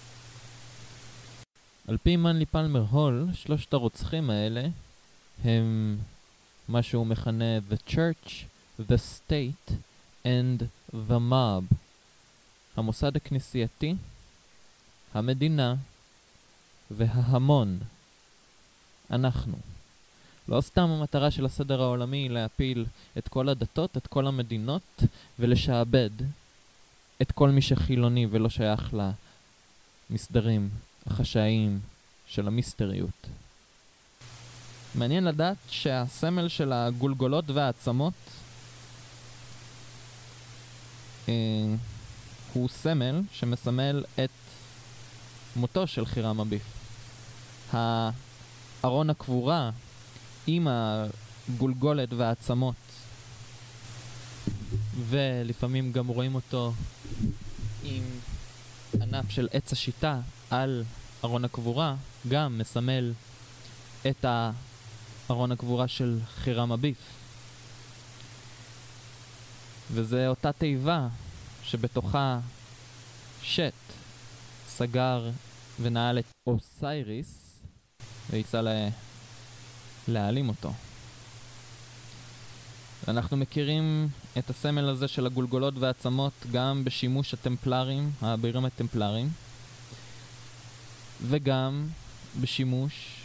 על פי מנלי פלמר הול, שלושת הרוצחים האלה הם מה שהוא מכנה the church, the state and the mob. המוסד הכנסייתי, המדינה וההמון. אנחנו. לא סתם המטרה של הסדר העולמי היא להפיל את כל הדתות, את כל המדינות, ולשעבד את כל מי שחילוני ולא שייך למסדרים החשאיים של המיסטריות. מעניין לדעת שהסמל של הגולגולות והעצמות אה, הוא סמל שמסמל את מותו של חירם אביף. הארון הקבורה עם הגולגולת והעצמות, ולפעמים גם רואים אותו עם ענף של עץ השיטה על ארון הקבורה, גם מסמל את הארון הקבורה של חירם אביף. וזה אותה תיבה שבתוכה שט סגר ונעל את אוסייריס ויצא לה... להעלים אותו. אנחנו מכירים את הסמל הזה של הגולגולות והעצמות גם בשימוש הטמפלרים, האבירים הטמפלרים, וגם בשימוש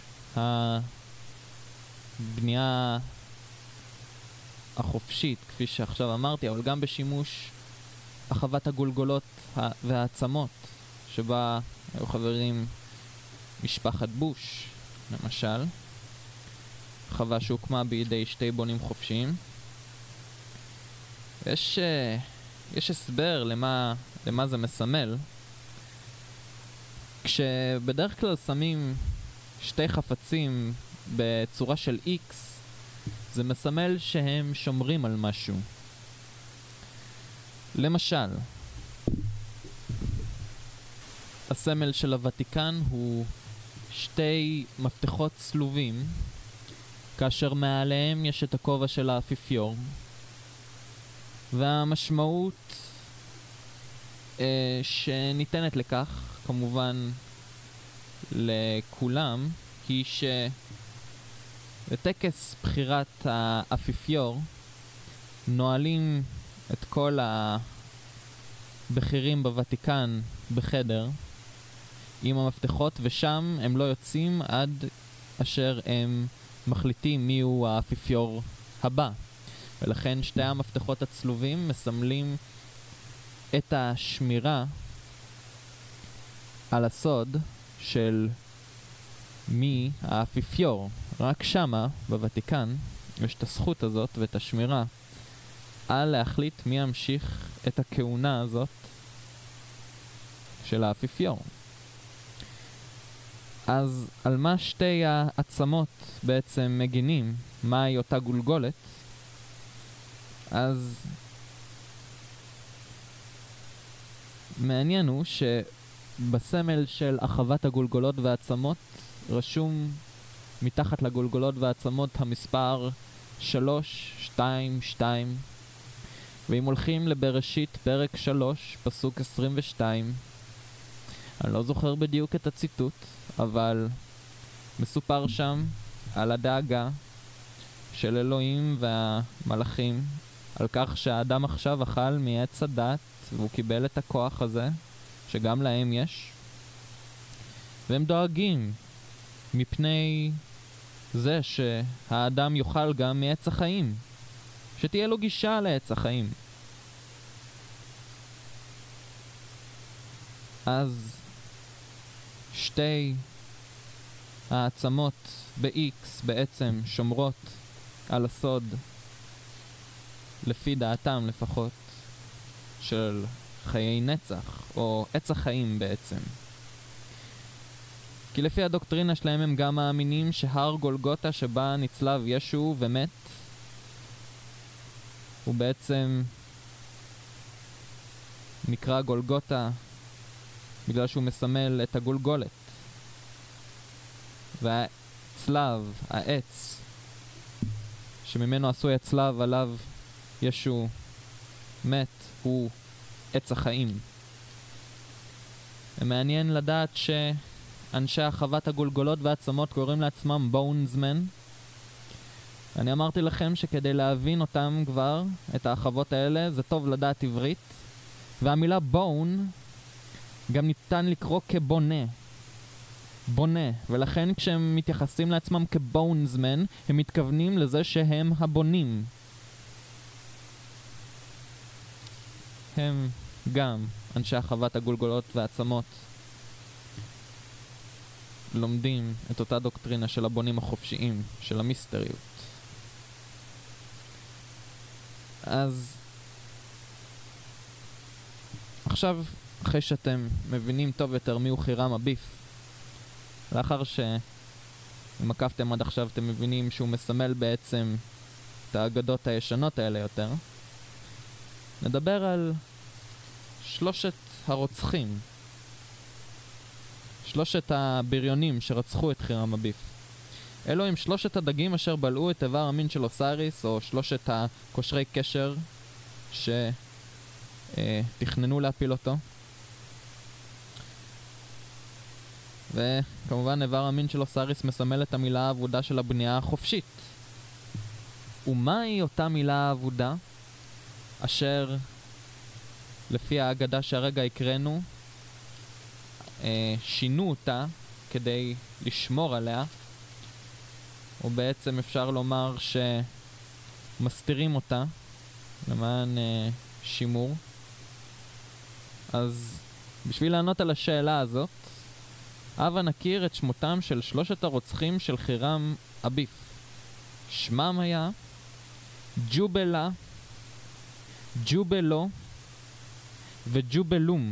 הבנייה החופשית, כפי שעכשיו אמרתי, אבל גם בשימוש החוות הגולגולות והעצמות, שבה היו חברים משפחת בוש, למשל, חווה שהוקמה בידי שתי בונים חופשיים. יש, יש הסבר למה, למה זה מסמל. כשבדרך כלל שמים שתי חפצים בצורה של X, זה מסמל שהם שומרים על משהו. למשל, הסמל של הוותיקן הוא שתי מפתחות צלובים, כאשר מעליהם יש את הכובע של האפיפיור, והמשמעות אה, שניתנת לכך, כמובן לכולם, היא שבטקס בחירת האפיפיור נועלים את כל הבכירים בוותיקן בחדר עם המפתחות, ושם הם לא יוצאים עד אשר הם מחליטים מי הוא האפיפיור הבא. ולכן שתי המפתחות הצלובים מסמלים את השמירה על הסוד של מי האפיפיור. רק שמה בוותיקן יש את הזכות הזאת ואת השמירה על להחליט מי ימשיך את הכהונה הזאת של האפיפיור. אז על מה שתי העצמות בעצם מגינים? מהי אותה גולגולת? אז מעניין הוא שבסמל של אחוות הגולגולות והעצמות רשום מתחת לגולגולות והעצמות המספר שלוש, שתיים, שתיים. ואם הולכים לבראשית פרק שלוש, פסוק עשרים ושתיים, אני לא זוכר בדיוק את הציטוט, אבל מסופר שם על הדאגה של אלוהים והמלאכים, על כך שהאדם עכשיו אכל מעץ הדת, והוא קיבל את הכוח הזה, שגם להם יש. והם דואגים מפני זה שהאדם יאכל גם מעץ החיים, שתהיה לו גישה לעץ החיים. אז שתי העצמות ב-X בעצם שומרות על הסוד, לפי דעתם לפחות, של חיי נצח, או עץ החיים בעצם. כי לפי הדוקטרינה שלהם הם גם מאמינים שהר גולגותה שבה נצלב ישו ומת, הוא בעצם נקרא גולגותה בגלל שהוא מסמל את הגולגולת. והצלב, העץ, שממנו עשוי הצלב עליו ישו מת, הוא עץ החיים. ומעניין לדעת שאנשי אחוות הגולגולות והעצמות קוראים לעצמם בונסמן. אני אמרתי לכם שכדי להבין אותם כבר, את האחוות האלה, זה טוב לדעת עברית. והמילה בון גם ניתן לקרוא כבונה. בונה. ולכן כשהם מתייחסים לעצמם כבונסמן, הם מתכוונים לזה שהם הבונים. הם גם אנשי אחוות הגולגולות והעצמות לומדים את אותה דוקטרינה של הבונים החופשיים, של המיסטריות. אז עכשיו, אחרי שאתם מבינים טוב יותר מיהו חירם אביף, לאחר שאם עקבתם עד עכשיו אתם מבינים שהוא מסמל בעצם את האגדות הישנות האלה יותר, נדבר על שלושת הרוצחים, שלושת הבריונים שרצחו את חירם אביף. אלו הם שלושת הדגים אשר בלעו את איבר המין של אוסייריס, או שלושת הקושרי קשר שתכננו להפיל אותו. וכמובן איבר המין של אוסייריס מסמל את המילה העבודה של הבנייה החופשית. ומהי אותה מילה העבודה אשר לפי האגדה שהרגע הקראנו אה, שינו אותה כדי לשמור עליה, ובעצם אפשר לומר שמסתירים אותה למען אה, שימור. אז בשביל לענות על השאלה הזאת, הבה נכיר את שמותם של שלושת הרוצחים של חירם אביף. שמם היה ג'ובלה, ג'ובלו וג'ובלום.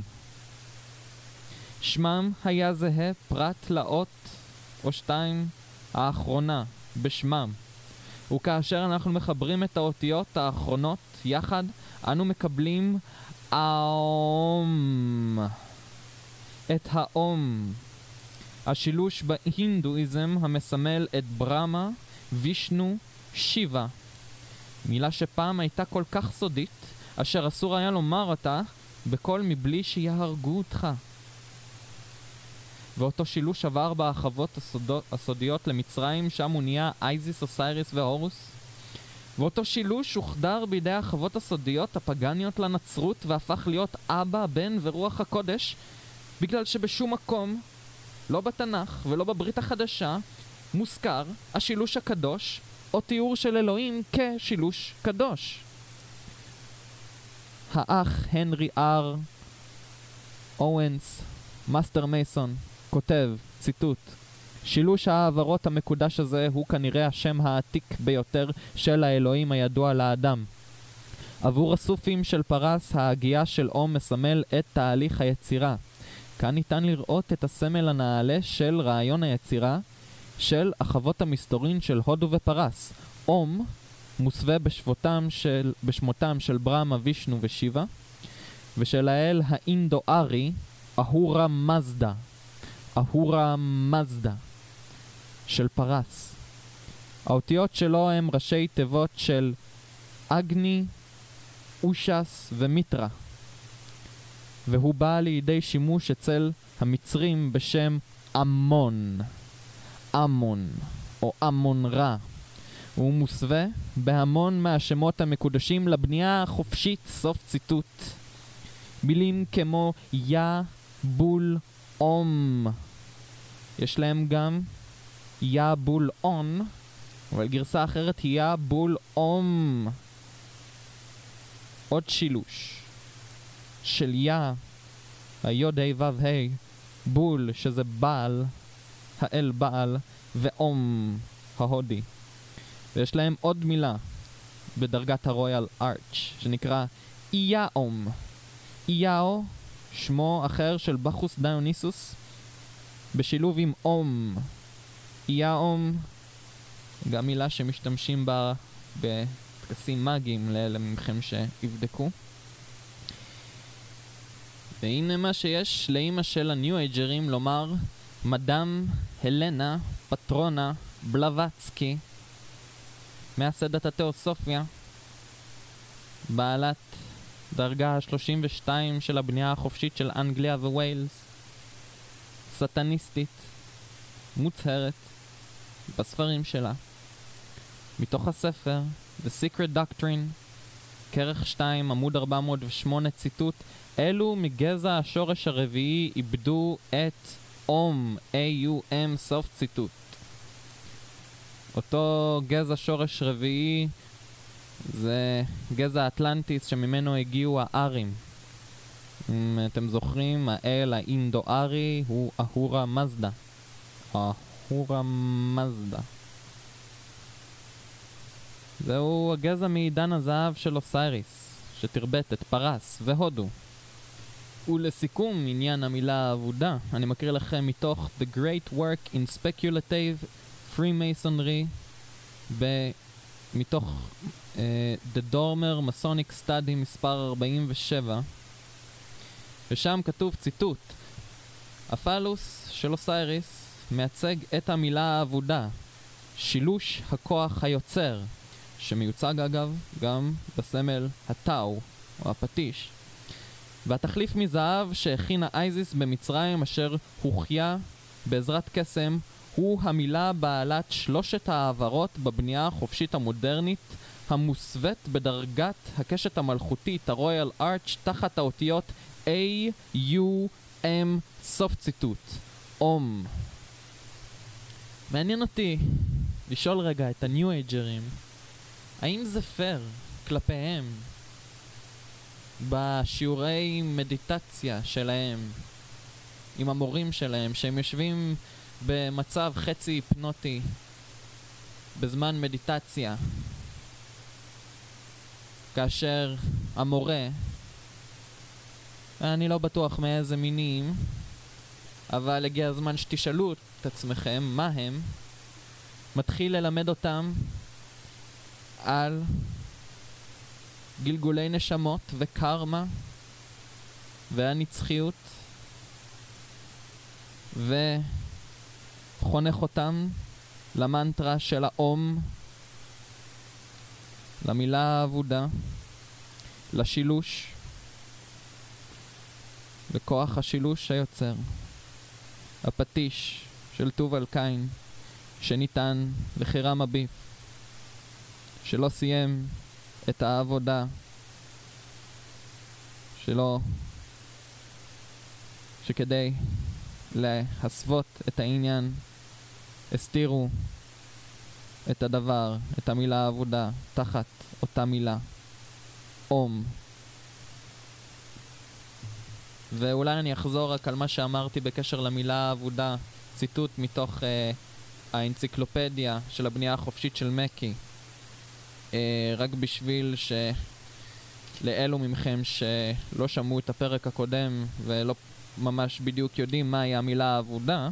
שמם היה זהה פרט לאות או שתיים האחרונה בשמם, וכאשר אנחנו מחברים את האותיות האחרונות יחד, אנו מקבלים האום. את האום, השילוש בהינדואיזם המסמל את ברמה, וישנו, שיבה. מילה שפעם הייתה כל כך סודית, אשר אסור היה לומר אותה בכל מבלי שיהרגו אותך. ואותו שילוש עבר באחוות הסודות, הסודיות למצרים, שם הוא נהיה אייזיס, אוסייריס והורוס. ואותו שילוש הוחדר בידי האחוות הסודיות הפגניות לנצרות, והפך להיות אבא, בן ורוח הקודש, בגלל שבשום מקום, לא בתנ"ך ולא בברית החדשה, מוזכר השילוש הקדוש, או תיאור של אלוהים כשילוש קדוש. האח הנרי אר אוונס, מאסטר מייסון, כותב, ציטוט: שילוש העברות המקודש הזה הוא כנראה השם העתיק ביותר של האלוהים הידוע לאדם. עבור הסופים של פרס, ההגייה של אום מסמל את תהליך היצירה. כאן ניתן לראות את הסמל הנעלה של רעיון היצירה של החוות המסתורין של הודו ופרס. אום מוסווה בשבותם של, בשמותם של ברמה, וישנו ושיבה, ושל האל האינדו-ארי אהורה מזדה, אהורה מזדה של פרס. האותיות שלו הם ראשי תיבות של אגני, אושס ומיטרה, והוא בא לידי שימוש אצל המצרים בשם אמון, אמון או אמון רע. הוא מוסווה בהמון מהשמות המקודשים לבנייה החופשית, סוף ציטוט. מילים כמו יא, בול, אום, יש להם גם יא, בול, און, אבל גרסה אחרת היא יא, בול, אום. עוד שילוש של יא, היוד ה' ו' ה', בול שזה בעל, האל בעל, ואום ההודי. ויש להם עוד מילה בדרגת הרויאל ארץ' שנקרא איאום. איאו, שמו אחר של בחוס דיוניסוס, בשילוב עם אום. איאום, גם מילה שמשתמשים בה בטקסים מאגיים לאלה מכם שיבדקו. והנה מה שיש לאמא של הניו אייג'רים לומר, מדאם הלנה פטרונה בלבצקי, מייסדת התיאוסופיה, בעלת דרגה שלושים ושתיים של הבנייה החופשית של אנגליה וווילס, סטניסטית, מוצהרת, בספרים שלה. מתוך הספר The Secret Doctrine, כרך שתיים, עמוד ארבע מאות ושמונה, ציטוט, אלו מגזע השורש הרביעי איבדו את אום, A-U-M, סוף ציטוט. אותו גזע שורש רביעי זה גזע אטלנטיס שממנו הגיעו הארים. אם אתם זוכרים, האל האינדו-ארי הוא אהורה מזדה. אהורה מזדה. זהו הגזע מעידן הזהב של אוסייריס, שתרבט את פרס והודו. ולסיכום עניין המילה האבודה, אני מקריא לכם מתוך The Great Work in Speculative Freemasonry, ב- מתוך uh, The Dormer Masonic Study מספר ארבעים ושבע, ושם כתוב ציטוט, הפלוס של אוסייריס מייצג את המילה האבודה, שילוש הכוח היוצר, שמיוצג אגב גם בסמל הטאו או הפטיש, והתחליף מזהב שהכינה אייזיס במצרים אשר הוחיה בעזרת קסם הוא המילה בעלת שלושת העברות בבנייה החופשית המודרנית המוסוות בדרגת הקשת המלכותית הרויאל ארץ' תחת האותיות A, U, M, סוף ציטוט, אום. מעניין אותי לשאול רגע את הניו אייג'רים, האם זה פייר כלפיהם בשיעורי מדיטציה שלהם עם המורים שלהם שהם יושבים במצב חצי היפנוטי בזמן מדיטציה, כאשר המורה, אני לא בטוח מאיזה מינים, אבל הגיע הזמן שתשאלו את עצמכם מה הם, מתחיל ללמד אותם על גלגולי נשמות וקרמה והנצחיות, וחונך אותם למנטרה של האום, למילה העבודה, לשילוש, לכוח השילוש היוצר, הפטיש של טובל קין שניתן לחירם אביב שלא סיים את העבודה שלו, שכדי להסוות את העניין הסתירו את הדבר, את המילה העבודה, תחת אותה מילה, אום. ואולי אני אחזור רק על מה שאמרתי בקשר למילה העבודה, ציטוט מתוך אה, האנציקלופדיה של הבנייה החופשית של מקי, אה, רק בשביל שלאלו ממכם שלא שמעו את הפרק הקודם ולא ממש בדיוק יודעים מהי המילה אבודה,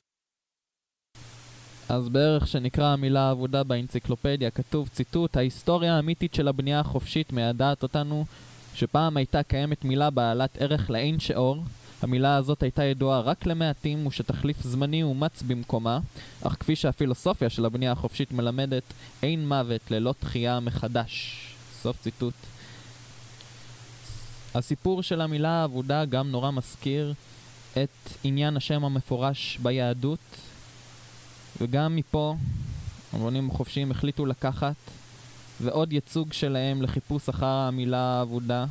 אז בערך שנקרא המילה אבודה באנציקלופדיה כתוב ציטוט: ההיסטוריה האמיתית של הבנייה החופשית מיידעת אותנו שפעם הייתה קיימת מילה בעלת ערך לאין שיעור. המילה הזאת הייתה ידועה רק למעטים ושתחליף זמני אומץ במקומה, אך כפי שהפילוסופיה של הבנייה החופשית מלמדת, אין מוות ללא תחייה מחדש. סוף ציטוט. הסיפור של המילה אבודה גם נורא מזכיר את עניין השם המפורש ביהדות, וגם מפה המונים החופשיים החליטו לקחת ועוד ייצוג שלהם לחיפוש אחר המילה אבודה.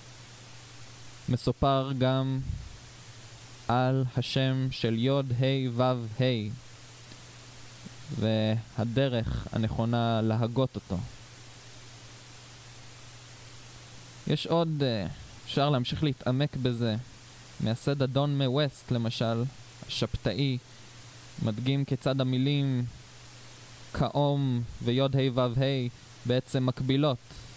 מסופר גם על השם של יוד ה' ו' ה' והדרך הנכונה להגות אותו. יש עוד, אפשר להמשיך להתעמק בזה. מייסד אדון מווסט למשל, השבתאי, מדגים כיצד המילים כאום ויוד ה' ו' ה' בעצם מקבילות.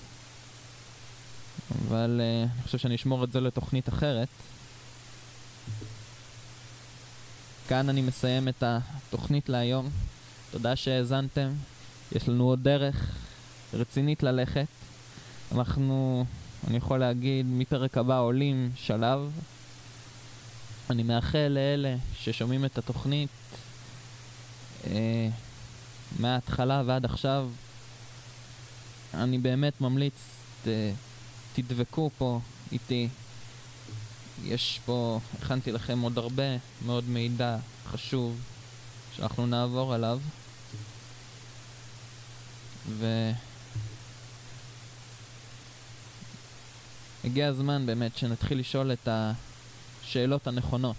אבל uh, אני חושב שאני אשמור את זה לתוכנית אחרת. כאן אני מסיים את התוכנית להיום. תודה שהאזנתם. יש לנו עוד דרך רצינית ללכת. אנחנו, אני יכול להגיד, מפרק הבא עולים שלב. אני מאחל לאלה ששומעים את התוכנית אה, מההתחלה ועד עכשיו. אני באמת ממליץ, ת, תדבקו פה איתי. יש פה, הכנתי לכם עוד הרבה מאוד מידע חשוב שאנחנו נעבור עליו. ו... הגיע הזמן באמת שנתחיל לשאול את השאלות הנכונות.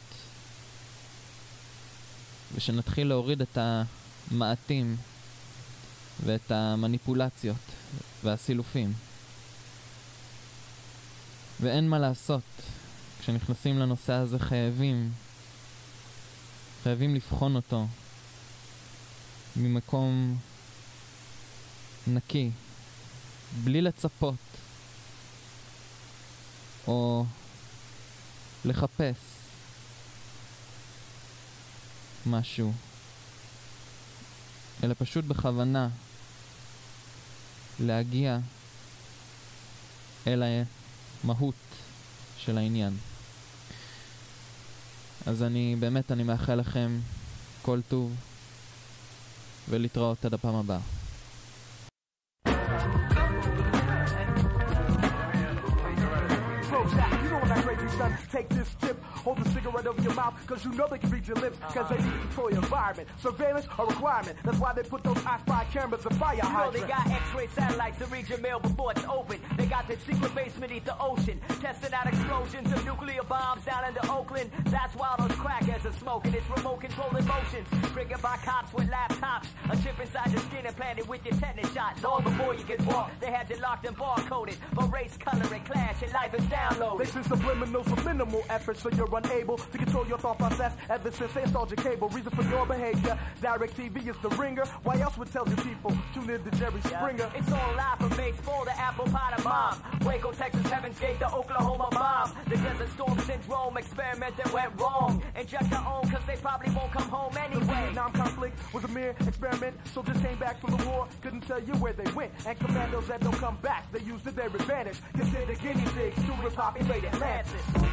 ושנתחיל להוריד את המעטים ואת המניפולציות והסילופים. ואין מה לעשות. כשנכנסים לנושא הזה חייבים, חייבים לבחון אותו ממקום נקי, בלי לצפות או לחפש משהו, אלא פשוט בכוונה להגיע אל המהות של העניין. אז אני באמת אני מאחל לכם כל טוב ולהתראות עד הפעם הבאה. Take this tip, hold the cigarette over your mouth, cause you know they can read your lips, cause they need to control your environment. Surveillance a requirement, that's why they put those I spy cameras and fire hydrants. You know they got X-ray satellites to read your mail before it's open. They got the secret base beneath the ocean, testing out explosions of nuclear bombs down into Oakland. That's why those crackheads are smoking. It's remote control emotions, triggered by cops with laptops. A chip inside your skin implanted with your tetanus shots. Long before you can walk, they had you locked and barcoded. But race, color, and class, your life is downloaded. They send subliminals with minimal effort, so you're unable to control your thought process ever since they installed your cable. Reason for your behavior, Direct T V is the ringer. Why else would tell you people tune in to Jerry Springer? Yeah. It's all live from baseball to apple pie to mom. Waco, Texas, Heaven's Gate to Oklahoma bomb. The Desert Storm Syndrome experiment that went wrong. Inject their own cause they probably won't come home anyway. The Vietnam conflict was a mere experiment. Soldiers came back from the war, couldn't tell you where they went. And commandos that don't come back, they used to their advantage. Consider guinea pigs to repopulate Atlantis.